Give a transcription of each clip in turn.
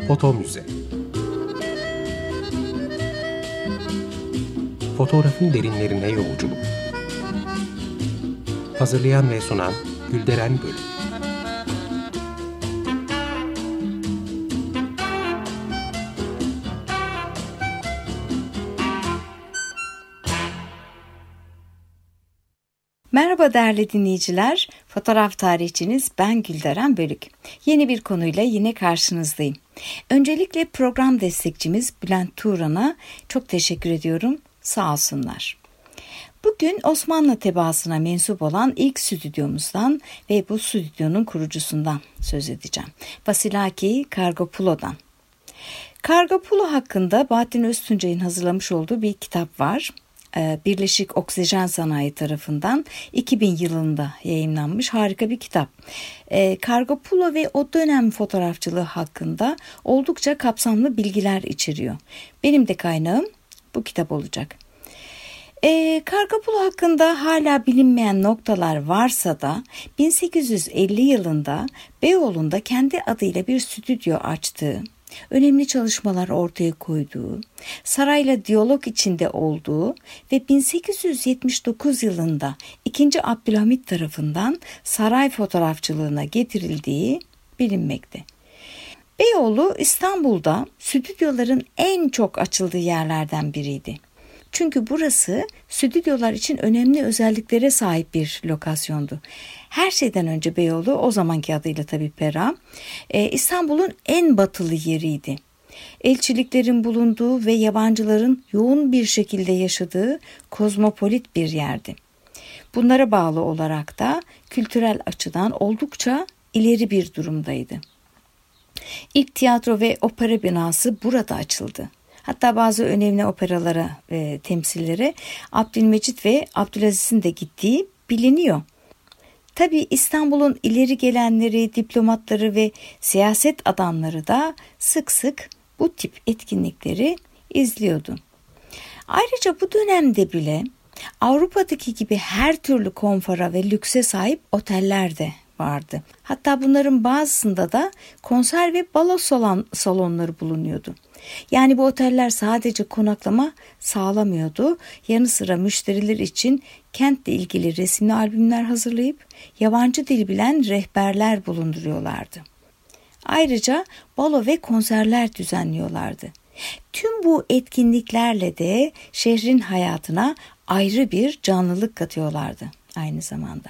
Foto Müze. Fotoğrafın derinlerine yolculuk. Hazırlayan ve sunan Gülderen Bölük. Merhaba değerli dinleyiciler, fotoğraf tarihçiniz ben Gülderen Bölük. Yeni bir konuyla yine karşınızdayım. Öncelikle program destekçimiz Bülent Turan'a çok teşekkür ediyorum, sağ olsunlar. Bugün Osmanlı tebaasına mensup olan ilk stüdyomuzdan ve bu stüdyonun kurucusundan söz edeceğim. Vasilaki Kargopoulo'dan. Kargopoulo hakkında Bahattin Öztuncay'ın hazırlamış olduğu bir kitap var. Birleşik Oksijen Sanayi tarafından 2000 yılında yayımlanmış harika bir kitap. Kargopoulo ve o dönem fotoğrafçılığı hakkında oldukça kapsamlı bilgiler içeriyor. Benim de kaynağım bu kitap olacak. Kargopoulo hakkında hala bilinmeyen noktalar varsa da 1850 yılında Beyoğlu'nda kendi adıyla bir stüdyo açtığı, önemli çalışmalar ortaya koyduğu, sarayla diyalog içinde olduğu ve 1879 yılında 2. Abdülhamit tarafından saray fotoğrafçılığına getirildiği bilinmekte. Beyoğlu İstanbul'da stüdyoların en çok açıldığı yerlerden biriydi. Çünkü burası stüdyolar için önemli özelliklere sahip bir lokasyondu. Her şeyden önce Beyoğlu, o zamanki adıyla tabii Pera, İstanbul'un en batılı yeriydi. Elçiliklerin bulunduğu ve yabancıların yoğun bir şekilde yaşadığı kozmopolit bir yerdi. Bunlara bağlı olarak da kültürel açıdan oldukça ileri bir durumdaydı. İlk tiyatro ve opera binası burada açıldı. Hatta bazı önemli operalara ve temsillere Abdülmecit ve Abdülaziz'in de gittiği biliniyor. Tabii İstanbul'un ileri gelenleri, diplomatları ve siyaset adamları da sık sık bu tip etkinlikleri izliyordu. Ayrıca bu dönemde bile Avrupa'daki gibi her türlü konfora ve lükse sahip oteller de vardı. Hatta bunların bazısında da konser ve balo salonları bulunuyordu. Yani bu oteller sadece konaklama sağlamıyordu. Yanı sıra müşteriler için kentle ilgili resimli albümler hazırlayıp yabancı dil bilen rehberler bulunduruyorlardı. Ayrıca balo ve konserler düzenliyorlardı. Tüm bu etkinliklerle de şehrin hayatına ayrı bir canlılık katıyorlardı aynı zamanda.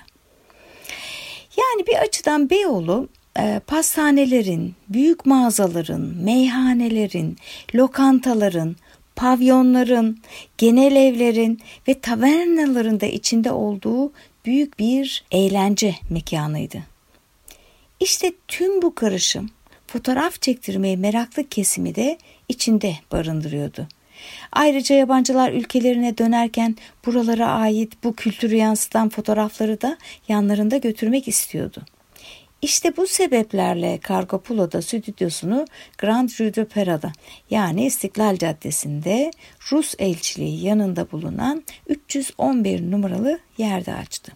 Yani bir açıdan Beyoğlu pastanelerin, büyük mağazaların, meyhanelerin, lokantaların, pavyonların, genel evlerin ve tavernaların da içinde olduğu büyük bir eğlence mekanıydı. İşte tüm bu karışım fotoğraf çektirmeye meraklı kesimi de içinde barındırıyordu. Ayrıca yabancılar ülkelerine dönerken buralara ait bu kültürü yansıtan fotoğrafları da yanlarında götürmek istiyordu. İşte bu sebeplerle Kargopoulo'da stüdyosunu Grand Rue de Pera'da, yani İstiklal Caddesi'nde Rus elçiliği yanında bulunan 311 numaralı yerde açtı.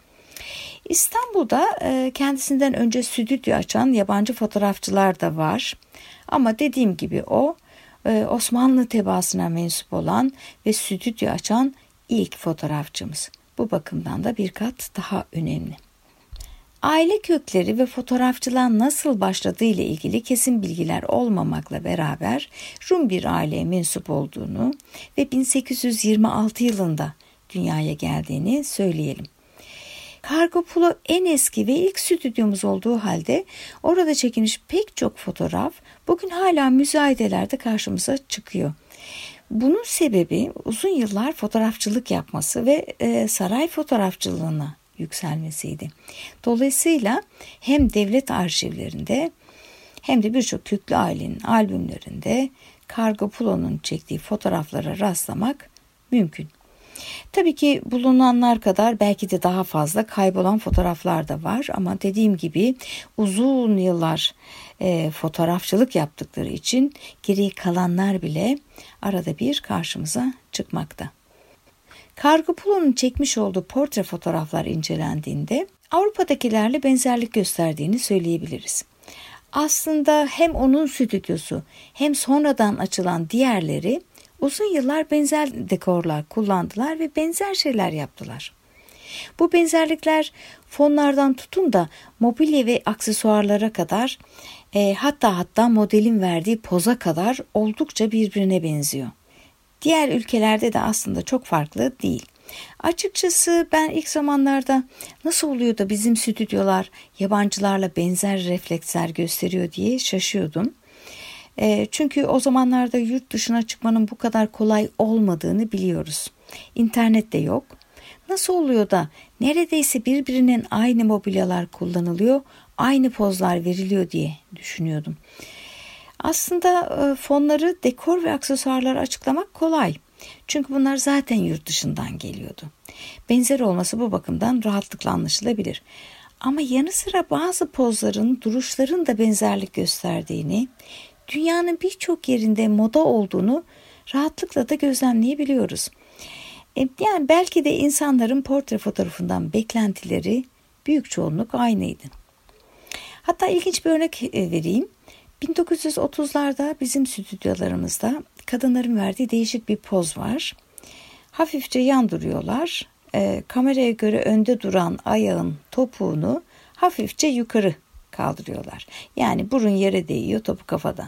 İstanbul'da kendisinden önce stüdyo açan yabancı fotoğrafçılar da var. Ama dediğim gibi o Osmanlı tebaasına mensup olan ve stüdyo açan ilk fotoğrafçımız. Bu bakımdan da bir kat daha önemli. Aile kökleri ve fotoğrafçılığa nasıl başladığı ile ilgili kesin bilgiler olmamakla beraber Rum bir aileye mensup olduğunu ve 1826 yılında dünyaya geldiğini söyleyelim. Kargopoulo en eski ve ilk stüdyomuz olduğu halde orada çekilmiş pek çok fotoğraf bugün hala müzayedelerde karşımıza çıkıyor. Bunun sebebi uzun yıllar fotoğrafçılık yapması ve saray fotoğrafçılığına yükselmesiydi. Dolayısıyla hem devlet arşivlerinde hem de birçok köklü ailenin albümlerinde Kargopoulo'nun çektiği fotoğraflara rastlamak mümkün. Tabii ki bulunanlar kadar belki de daha fazla kaybolan fotoğraflar da var ama dediğim gibi uzun yıllar fotoğrafçılık yaptıkları için geriye kalanlar bile arada bir karşımıza çıkmakta. Kargopoulo'nun çekmiş olduğu portre fotoğraflar incelendiğinde Avrupa'dakilerle benzerlik gösterdiğini söyleyebiliriz. Aslında hem onun stüdyosu hem sonradan açılan diğerleri uzun yıllar benzer dekorlar kullandılar ve benzer şeyler yaptılar. Bu benzerlikler fonlardan tutun da mobilya ve aksesuarlara kadar hatta modelin verdiği poza kadar oldukça birbirine benziyor. Diğer ülkelerde de aslında çok farklı değil. Açıkçası ben ilk zamanlarda nasıl oluyor da bizim stüdyolar yabancılarla benzer refleksler gösteriyor diye şaşıyordum. Çünkü o zamanlarda yurt dışına çıkmanın bu kadar kolay olmadığını biliyoruz. İnternet de yok. Nasıl oluyor da neredeyse birbirinin aynı mobilyalar kullanılıyor, aynı pozlar veriliyor diye düşünüyordum. Aslında fonları, dekor ve aksesuarları açıklamak kolay. Çünkü bunlar zaten yurt dışından geliyordu. Benzer olması bu bakımdan rahatlıkla anlaşılabilir. Ama yanı sıra bazı pozların, duruşların da benzerlik gösterdiğini, dünyanın birçok yerinde moda olduğunu rahatlıkla da gözlemleyebiliyoruz. Yani belki de insanların portre fotoğrafından beklentileri büyük çoğunluk aynıydı. Hatta ilginç bir örnek vereyim. 1930'larda bizim stüdyolarımızda kadınların verdiği değişik bir poz var. Hafifçe yan duruyorlar. Kameraya göre önde duran ayağın topuğunu hafifçe yukarı kaldırıyorlar. Yani burun yere değiyor, topu kafada.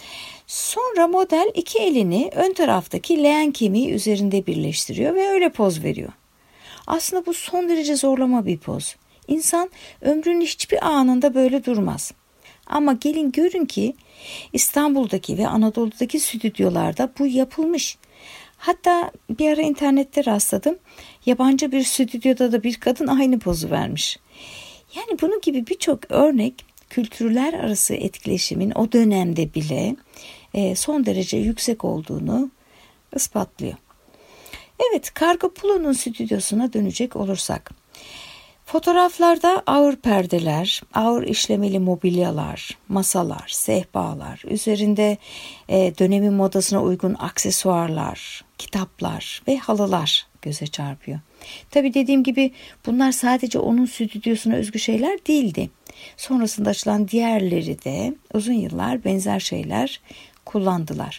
Sonra model iki elini ön taraftaki leğen kemiği üzerinde birleştiriyor ve öyle poz veriyor. Aslında bu son derece zorlama bir poz. İnsan ömrünün hiçbir anında böyle durmaz. Ama gelin görün ki İstanbul'daki ve Anadolu'daki stüdyolarda bu yapılmış. Hatta bir ara internette rastladım. Yabancı bir stüdyoda da bir kadın aynı pozu vermiş. Yani bunun gibi birçok örnek kültürler arası etkileşimin o dönemde bile son derece yüksek olduğunu ispatlıyor. Evet, Kargopoulo'nun stüdyosuna dönecek olursak. Fotoğraflarda ağır perdeler, ağır işlemeli mobilyalar, masalar, sehpalar, üzerinde dönemin modasına uygun aksesuarlar, kitaplar ve halılar göze çarpıyor. Tabii dediğim gibi bunlar sadece onun stüdyosuna özgü şeyler değildi. Sonrasında açılan diğerleri de uzun yıllar benzer şeyler kullandılar.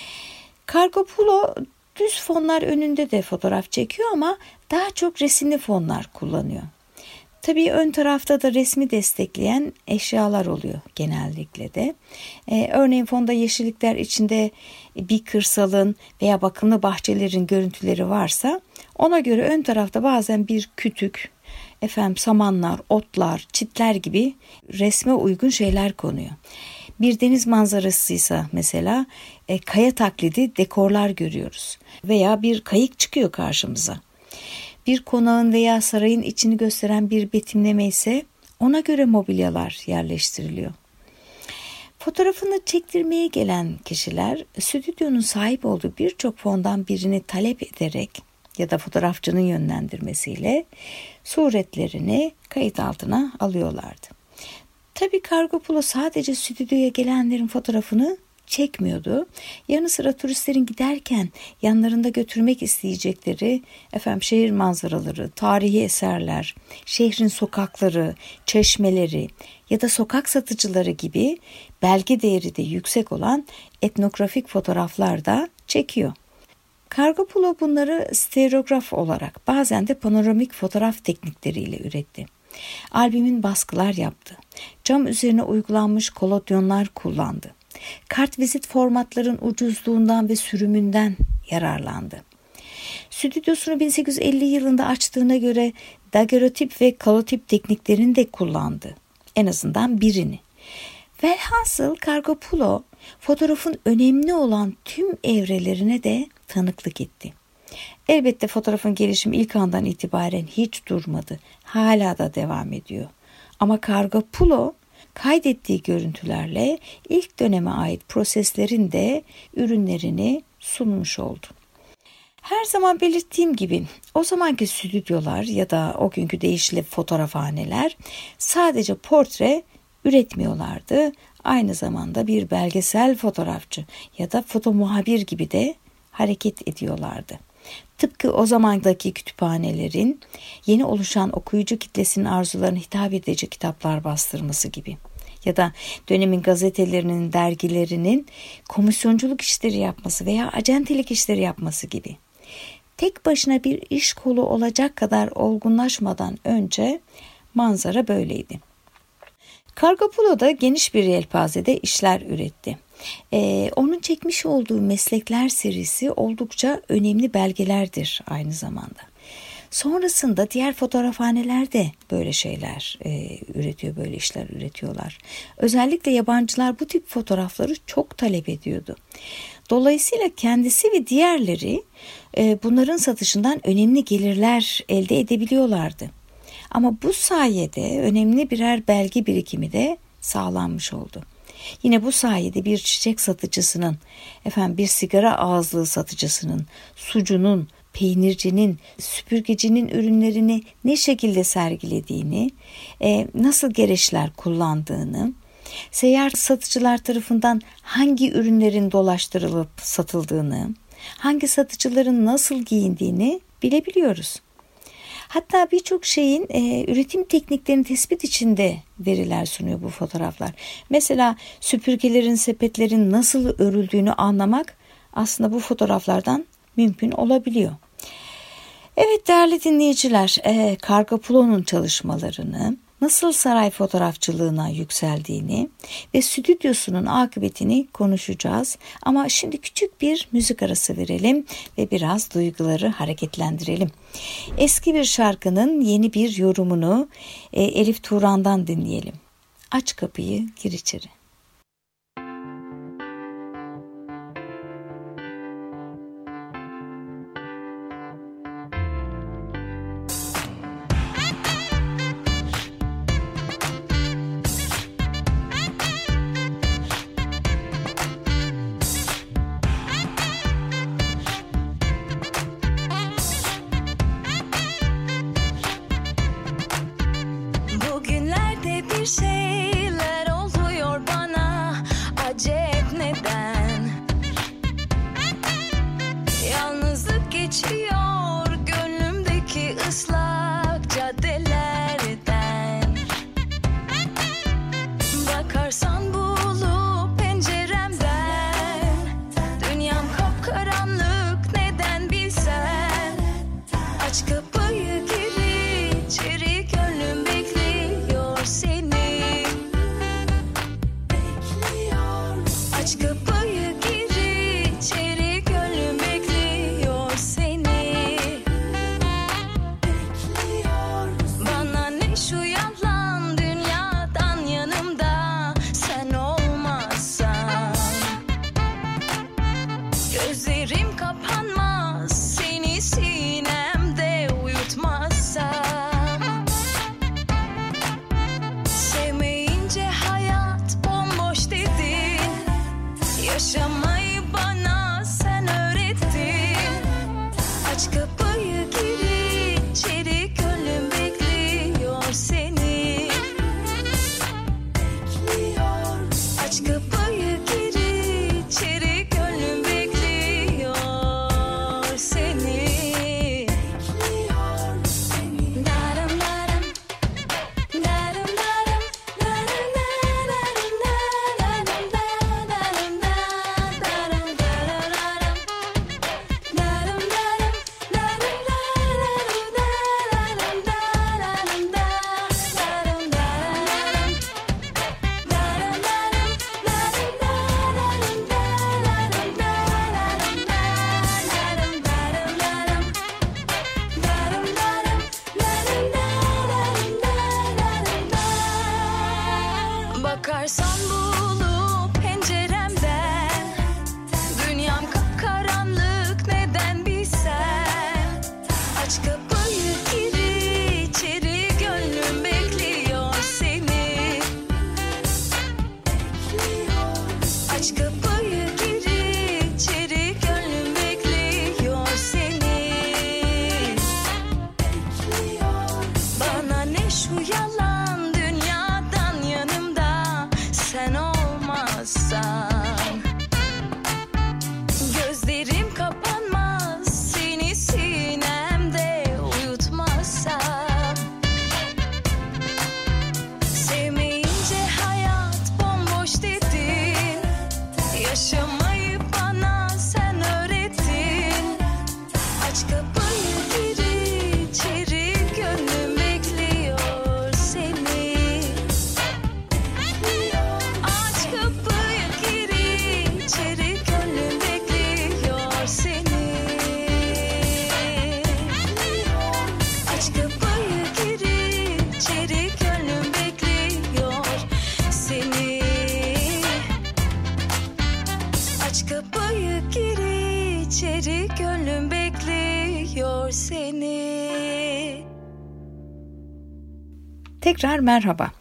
Kargopoulo düz fonlar önünde de fotoğraf çekiyor ama daha çok resimli fonlar kullanıyor. Tabii ön tarafta da resmi destekleyen eşyalar oluyor genellikle de. Örneğin fonda yeşillikler içinde bir kırsalın veya bakımlı bahçelerin görüntüleri varsa ona göre ön tarafta bazen bir kütük, samanlar, otlar, çitler gibi resme uygun şeyler konuyor. Bir deniz manzarasıysa mesela kaya taklidi dekorlar görüyoruz veya bir kayık çıkıyor karşımıza. Bir konağın veya sarayın içini gösteren bir betimleme ise ona göre mobilyalar yerleştiriliyor. Fotoğrafını çektirmeye gelen kişiler stüdyonun sahip olduğu birçok fondan birini talep ederek ya da fotoğrafçının yönlendirmesiyle suretlerini kayıt altına alıyorlardı. Tabii Kargopoulo sadece stüdyoya gelenlerin fotoğrafını çekmiyordu. Yanı sıra turistlerin giderken yanlarında götürmek isteyecekleri şehir manzaraları, tarihi eserler, şehrin sokakları, çeşmeleri ya da sokak satıcıları gibi belge değeri de yüksek olan etnografik fotoğraflar da çekiyor. Kargopoulo bunları stereograf olarak bazen de panoramik fotoğraf teknikleriyle üretti. Albümün baskılar yaptı. Cam üzerine uygulanmış kolodyonlar kullandı. Kartvizit formatların ucuzluğundan ve sürümünden yararlandı. Stüdyosunu 1850 yılında açtığına göre daguerreotip ve kalotip tekniklerini de kullandı. En azından birini. Velhasıl Kargopoulo fotoğrafın önemli olan tüm evrelerine de tanıklık etti. Elbette fotoğrafın gelişimi ilk andan itibaren hiç durmadı. Hala da devam ediyor. Ama Kargopoulo kaydettiği görüntülerle ilk döneme ait proseslerin de ürünlerini sunmuş oldu. Her zaman belirttiğim gibi o zamanki stüdyolar ya da o günkü deyişle fotoğrafhaneler sadece portre üretmiyorlardı. Aynı zamanda bir belgesel fotoğrafçı ya da foto muhabir gibi de hareket ediyorlardı. Tıpkı o zamandaki kütüphanelerin yeni oluşan okuyucu kitlesinin arzularına hitap edici kitaplar bastırması gibi. ya da dönemin gazetelerinin, dergilerinin komisyonculuk işleri yapması veya acentelik işleri yapması gibi. Tek başına bir iş kolu olacak kadar olgunlaşmadan önce manzara böyleydi. Kargopulo da geniş bir yelpazede işler üretti. Onun çekmiş olduğu meslekler serisi oldukça önemli belgelerdir aynı zamanda. Sonrasında diğer fotoğrafhaneler de böyle şeyler üretiyor, böyle işler üretiyorlar. Özellikle yabancılar bu tip fotoğrafları çok talep ediyordu. Dolayısıyla kendisi ve diğerleri bunların satışından önemli gelirler elde edebiliyorlardı. Ama bu sayede önemli birer belge birikimi de sağlanmış oldu. Yine bu sayede bir çiçek satıcısının, bir sigara ağızlığı satıcısının, sucunun, peynircinin, süpürgecinin ürünlerini ne şekilde sergilediğini, nasıl gereçler kullandığını, seyyar satıcılar tarafından hangi ürünlerin dolaştırılıp satıldığını, hangi satıcıların nasıl giyindiğini bilebiliyoruz. Hatta birçok şeyin üretim tekniklerini tespit içinde veriler sunuyor bu fotoğraflar. Mesela süpürgelerin, sepetlerin nasıl örüldüğünü anlamak aslında bu fotoğraflardan mümkün olabiliyor. Evet değerli dinleyiciler, Kargopulo'nun çalışmalarını, nasıl saray fotoğrafçılığına yükseldiğini ve stüdyosunun akıbetini konuşacağız. Ama şimdi küçük bir müzik arası verelim ve biraz duyguları hareketlendirelim. Eski bir şarkının yeni bir yorumunu Elif Turan'dan dinleyelim. Aç kapıyı, gir içeri. Bir şeyler oluyor bana, acep neden? Yalnızlık geçiyor gönlümdeki ıslak caddelerden. Bakarsan bulup penceremden, dünyam kapkaranlık neden bilsen. Aç kapıyı gir içeri, gönlüm bekliyor seni. Aç kapıyı gir içeri, gönlüm bekliyor seni. Bana ne şu yalan dünyadan yanımda sen olmazsan. Gözlerim kapanmaz seni sinemde uyutmazsam. Sevmeyince hayat bomboş dedin, yaşamayı bana sen öğrettin. Aç kapıyı gir içeri, gönlüm bekliyor seni. Aç kapıyı gir içeri, gönlüm bekliyor seni. Darım darım, darım darım, darım darım, darım darım, darım darım, darım darım, darım darım, darım darım, darım darım, darım bakarsan bulup penceremden, dünyam kapkaranlık neden bilsen. Aç kapıyı gir içeri, gönlüm bekliyor seni. Aç kapıyı gir içeri, gönlüm bekliyor seni. Bana ne şu yalan dünyadan yanımda sen içeri gönlüm bekliyor seni. Tekrar merhaba.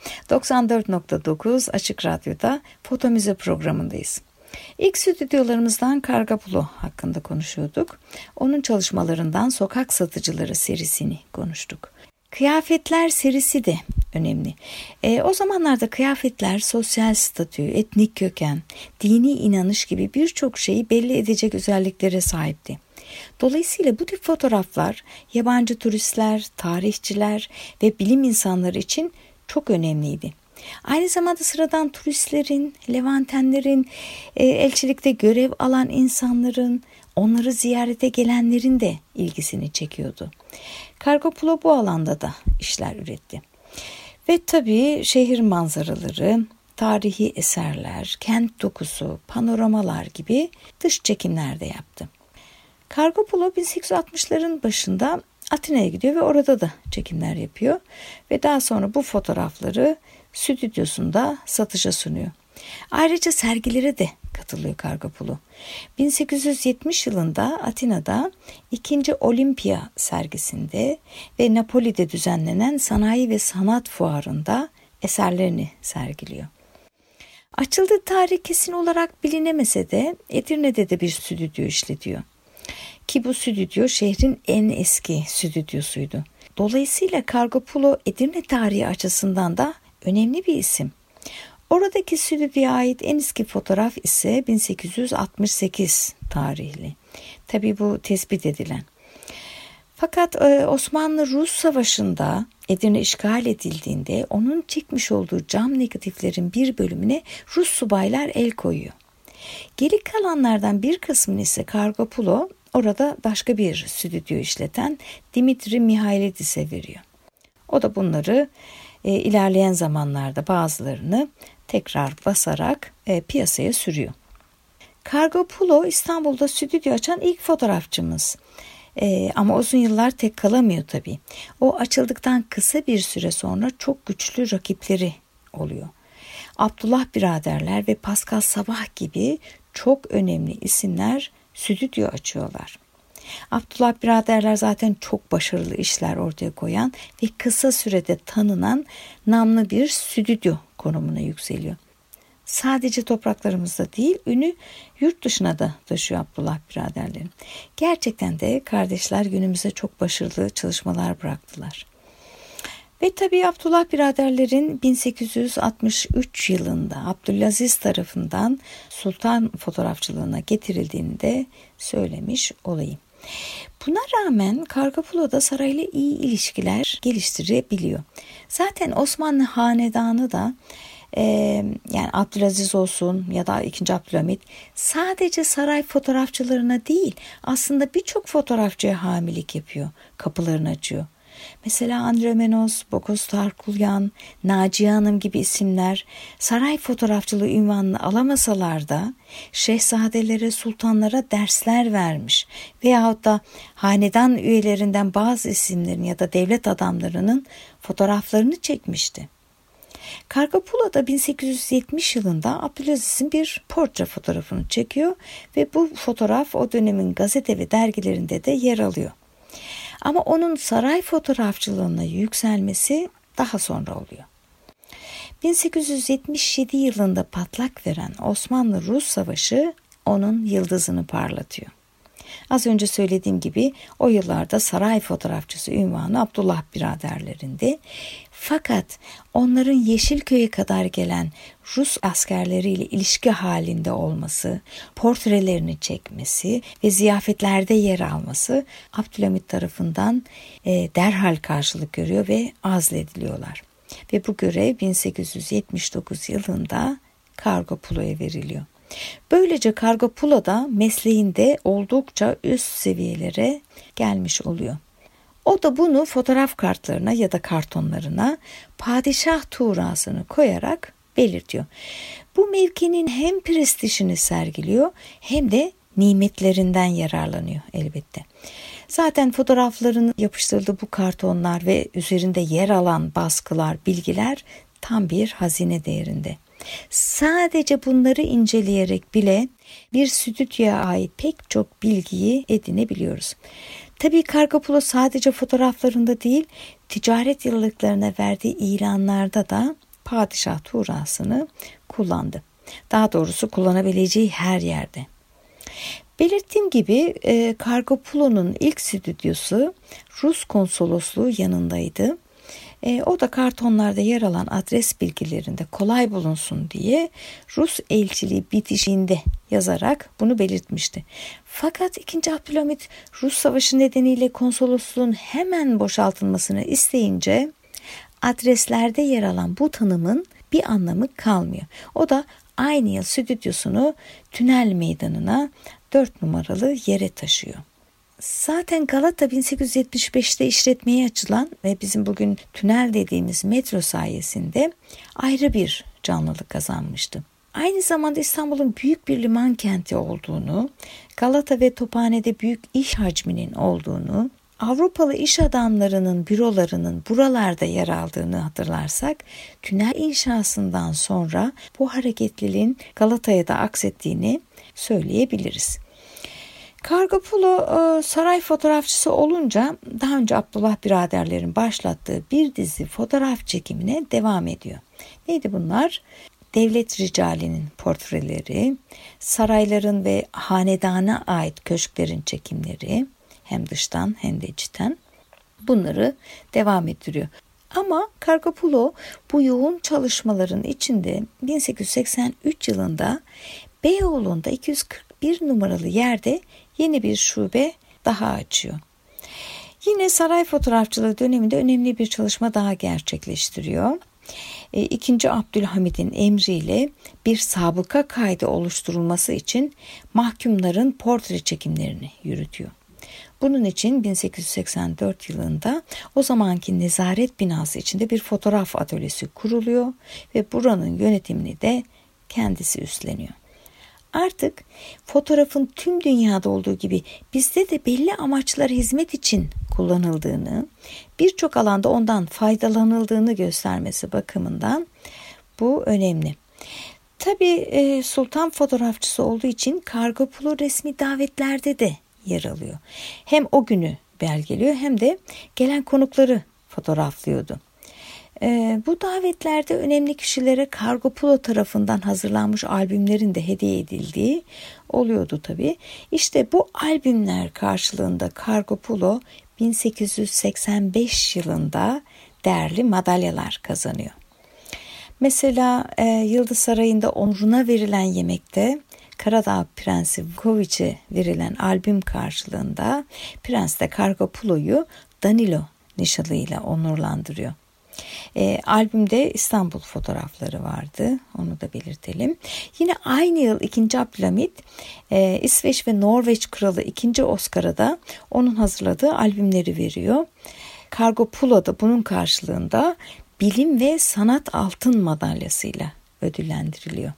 94.9 Açık Radyo'da Foto Müze programındayız. İlk stüdyolarımızdan Kargopulu hakkında konuşuyorduk. Onun çalışmalarından Sokak Satıcıları serisini konuştuk. Kıyafetler serisi de önemli. O zamanlarda kıyafetler sosyal statü, etnik köken, dini inanış gibi birçok şeyi belli edecek özelliklere sahipti. Dolayısıyla bu tip fotoğraflar yabancı turistler, tarihçiler ve bilim insanları için çok önemliydi. Aynı zamanda sıradan turistlerin, Levantenlerin, elçilikte görev alan insanların, onları ziyarete gelenlerin de ilgisini çekiyordu. Kargopulu bu alanda da işler üretti. Ve tabii şehir manzaraları, tarihi eserler, kent dokusu, panoramalar gibi dış çekimler de yaptı. Kargopulu 1860'ların başında Atina'ya gidiyor ve orada da çekimler yapıyor. Ve daha sonra bu fotoğrafları stüdyosunda satışa sunuyor. Ayrıca sergilere de katılıyor Kargopulu. 1870 yılında Atina'da 2. Olimpiya sergisinde ve Napoli'de düzenlenen Sanayi ve Sanat Fuarı'nda eserlerini sergiliyor. Açıldığı tarih kesin olarak bilinemese de Edirne'de de bir stüdyo işletiyor. Ki bu stüdyo şehrin en eski stüdyosuydu. Dolayısıyla Kargopulu Edirne tarihi açısından da önemli bir isim. Oradaki stüdyoya ait en eski fotoğraf ise 1868 tarihli. Tabii bu tespit edilen. Fakat Osmanlı-Rus Savaşı'nda Edirne işgal edildiğinde onun çekmiş olduğu cam negatiflerin bir bölümüne Rus subaylar el koyuyor. Geri kalanlardan bir kısmını ise Kargopulu orada başka bir stüdyo işleten Dimitri Mihailidis'e veriyor. O da bunları ilerleyen zamanlarda bazılarını tekrar basarak piyasaya sürüyor. Kargopulu İstanbul'da stüdyo açan ilk fotoğrafçımız. Ama uzun yıllar tek kalamıyor tabii. O açıldıktan kısa bir süre sonra çok güçlü rakipleri oluyor. Abdullah biraderler ve Pascal Sabah gibi çok önemli isimler stüdyo açıyorlar. Abdullah biraderler zaten çok başarılı işler ortaya koyan ve kısa sürede tanınan namlı bir stüdyo konumuna yükseliyor. Sadece topraklarımızda değil, ünü yurt dışına da taşıyor Abdullah biraderlerin. Gerçekten de kardeşler günümüze çok başarılı çalışmalar bıraktılar. Ve tabii Abdullah biraderlerin 1863 yılında Abdülaziz tarafından sultan fotoğrafçılığına getirildiğini de söylemiş olayım. Buna rağmen Kargopulu'da sarayla iyi ilişkiler geliştirebiliyor. Zaten Osmanlı hanedanı da yani Abdülaziz olsun ya da 2. Abdülhamit sadece saray fotoğrafçılarına değil aslında birçok fotoğrafçıya hamilik yapıyor, kapılarını açıyor. Mesela Andromenos, Bokos Tarkulyan, Naciye Hanım gibi isimler saray fotoğrafçılığı unvanını alamasalar da şehzadelere, sultanlara dersler vermiş veyahut da hanedan üyelerinden bazı isimlerin ya da devlet adamlarının fotoğraflarını çekmişti. Kargopulu'da 1870 yılında Abdülaziz'in bir portre fotoğrafını çekiyor ve bu fotoğraf o dönemin gazete ve dergilerinde de yer alıyor. Ama onun saray fotoğrafçılığına yükselmesi daha sonra oluyor. 1877 yılında patlak veren Osmanlı-Rus Savaşı onun yıldızını parlatıyor. Az önce söylediğim gibi o yıllarda saray fotoğrafçısı unvanı Abdullah biraderlerinde. Fakat onların Yeşilköy'e kadar gelen Rus askerleriyle ilişki halinde olması, portrelerini çekmesi ve ziyafetlerde yer alması Abdülhamit tarafından derhal karşılık görüyor ve azlediliyorlar. Ve bu görev 1879 yılında Kargopulu'ya veriliyor. Böylece Kargopulu da mesleğinde oldukça üst seviyelere gelmiş oluyor. O da bunu fotoğraf kartlarına ya da kartonlarına padişah tuğrasını koyarak belirtiyor. Bu mevkinin hem prestijini sergiliyor hem de nimetlerinden yararlanıyor elbette. Zaten fotoğrafların yapıştırıldığı bu kartonlar ve üzerinde yer alan baskılar, bilgiler tam bir hazine değerinde. Sadece bunları inceleyerek bile bir stüdyoya ait pek çok bilgiyi edinebiliyoruz. Tabii Kargopoulos sadece fotoğraflarında değil, ticaret yıllıklarına verdiği ilanlarda da padişah tuğrasını kullandı. Daha doğrusu kullanabileceği her yerde. Belirttiğim gibi Kargopoulo'nun ilk stüdyosu Rus konsolosluğu yanındaydı. O da kartonlarda yer alan adres bilgilerinde kolay bulunsun diye Rus elçiliği bitişiğinde yazarak bunu belirtmişti. Fakat 2. Abdülhamit Rus Savaşı nedeniyle konsolosluğun hemen boşaltılmasını isteyince adreslerde yer alan bu tanımın bir anlamı kalmıyor. O da aynı yıl stüdyosunu Tünel Meydanı'na 4 numaralı yere taşıyor. Zaten Galata 1875'te işletmeye açılan ve bizim bugün tünel dediğimiz metro sayesinde ayrı bir canlılık kazanmıştı. Aynı zamanda İstanbul'un büyük bir liman kenti olduğunu, Galata ve Tophane'de büyük iş hacminin olduğunu, Avrupalı iş adamlarının bürolarının buralarda yer aldığını hatırlarsak, tünel inşasından sonra bu hareketliliğin Galata'ya da aksettiğini söyleyebiliriz. Kargopoulo saray fotoğrafçısı olunca daha önce Abdullah biraderlerin başlattığı bir dizi fotoğraf çekimine devam ediyor. Neydi bunlar? Devlet ricalinin portreleri, sarayların ve hanedana ait köşklerin çekimleri, hem dıştan hem de içten, bunları devam ettiriyor. Ama Kargopoulo bu yoğun çalışmaların içinde 1883 yılında Beyoğlu'nda 241 numaralı yerde yeni bir şube daha açıyor. Yine saray fotoğrafçılığı döneminde önemli bir çalışma daha gerçekleştiriyor. 2. Abdülhamid'in emriyle bir sabıka kaydı oluşturulması için mahkumların portre çekimlerini yürütüyor. Bunun için 1884 yılında o zamanki nezaret binası içinde bir fotoğraf atölyesi kuruluyor ve buranın yönetimini de kendisi üstleniyor. Artık fotoğrafın tüm dünyada olduğu gibi bizde de belli amaçlara hizmet için kullanıldığını, birçok alanda ondan faydalanıldığını göstermesi bakımından bu önemli. Tabii sultan fotoğrafçısı olduğu için Kargopoulo resmi davetlerde de yer alıyor. Hem o günü belgeliyor hem de gelen konukları fotoğraflıyordu. Bu davetlerde önemli kişilere Kargopoulo tarafından hazırlanmış albümlerin de hediye edildiği oluyordu tabii. İşte bu albümler karşılığında Kargopoulo 1885 yılında değerli madalyalar kazanıyor. Mesela Yıldız Sarayı'nda onuruna verilen yemekte Karadağ Prensi Vukoviç'e verilen albüm karşılığında Prens de Kargopoulo'yu Danilo nişanıyla onurlandırıyor. Albümde İstanbul fotoğrafları vardı. Onu da belirtelim. Yine aynı yıl 2. Abdülhamit İsveç ve Norveç Kralı 2. Oscar'a da onun hazırladığı albümleri veriyor. Kargopoulo da bunun karşılığında Bilim ve Sanat Altın Madalyasıyla ödüllendiriliyor.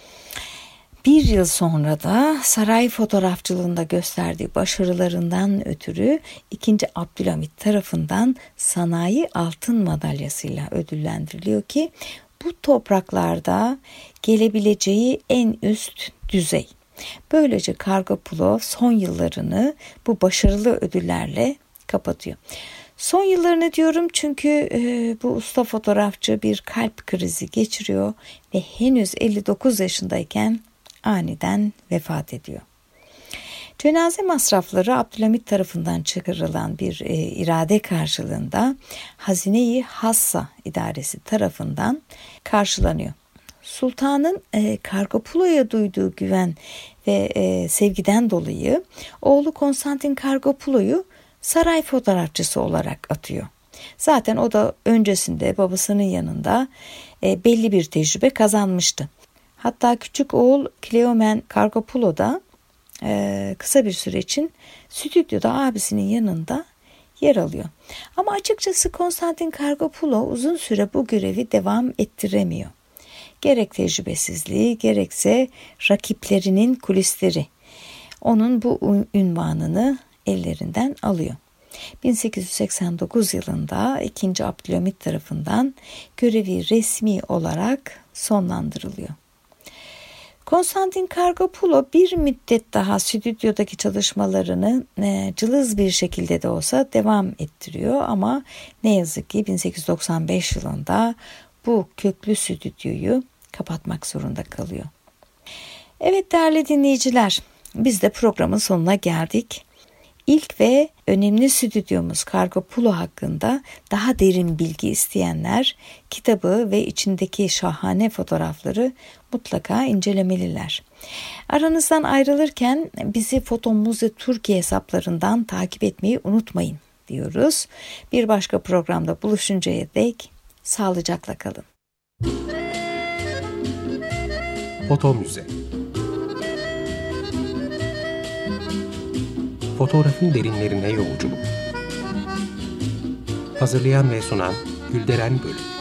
Bir yıl sonra da saray fotoğrafçılığında gösterdiği başarılarından ötürü 2. Abdülhamit tarafından Sanayi Altın Madalyasıyla ödüllendiriliyor ki bu topraklarda gelebileceği en üst düzey. Böylece Kargopoulo son yıllarını bu başarılı ödüllerle kapatıyor. Son yıllarını diyorum çünkü bu usta fotoğrafçı bir kalp krizi geçiriyor ve henüz 59 yaşındayken aniden vefat ediyor. Cenaze masrafları Abdülhamit tarafından çıkarılan bir irade karşılığında Hazine-i Hassa İdaresi tarafından karşılanıyor. Sultanın Kargopoulo'ya duyduğu güven ve sevgiden dolayı oğlu Konstantin Kargopoulo'yu saray fotoğrafçısı olarak atıyor. Zaten o da öncesinde babasının yanında belli bir tecrübe kazanmıştı. Hatta küçük oğul Kleomen Kargopoulo da kısa bir süre için stüdyoda abisinin yanında yer alıyor. Ama açıkçası Konstantin Kargopoulo uzun süre bu görevi devam ettiremiyor. Gerek tecrübesizliği gerekse rakiplerinin kulisleri onun bu unvanını ellerinden alıyor. 1889 yılında 2. Abdülhamit tarafından görevi resmi olarak sonlandırılıyor. Konstantin Kargopoulos bir müddet daha stüdyodaki çalışmalarını cılız bir şekilde de olsa devam ettiriyor ama ne yazık ki 1895 yılında bu köklü stüdyoyu kapatmak zorunda kalıyor. Evet değerli dinleyiciler, biz de programın sonuna geldik. İlk ve önemli stüdyomuz Kargopoulos hakkında daha derin bilgi isteyenler kitabı ve içindeki şahane fotoğrafları mutlaka incelemeliler. Aranızdan ayrılırken bizi Foto Müze Türkiye hesaplarından takip etmeyi unutmayın diyoruz. Bir başka programda buluşuncaya dek sağlıcakla kalın. Foto Müze. Fotoğrafın derinlerine yolculuk. Hazırlayan ve sunan Gülderen Bölüm.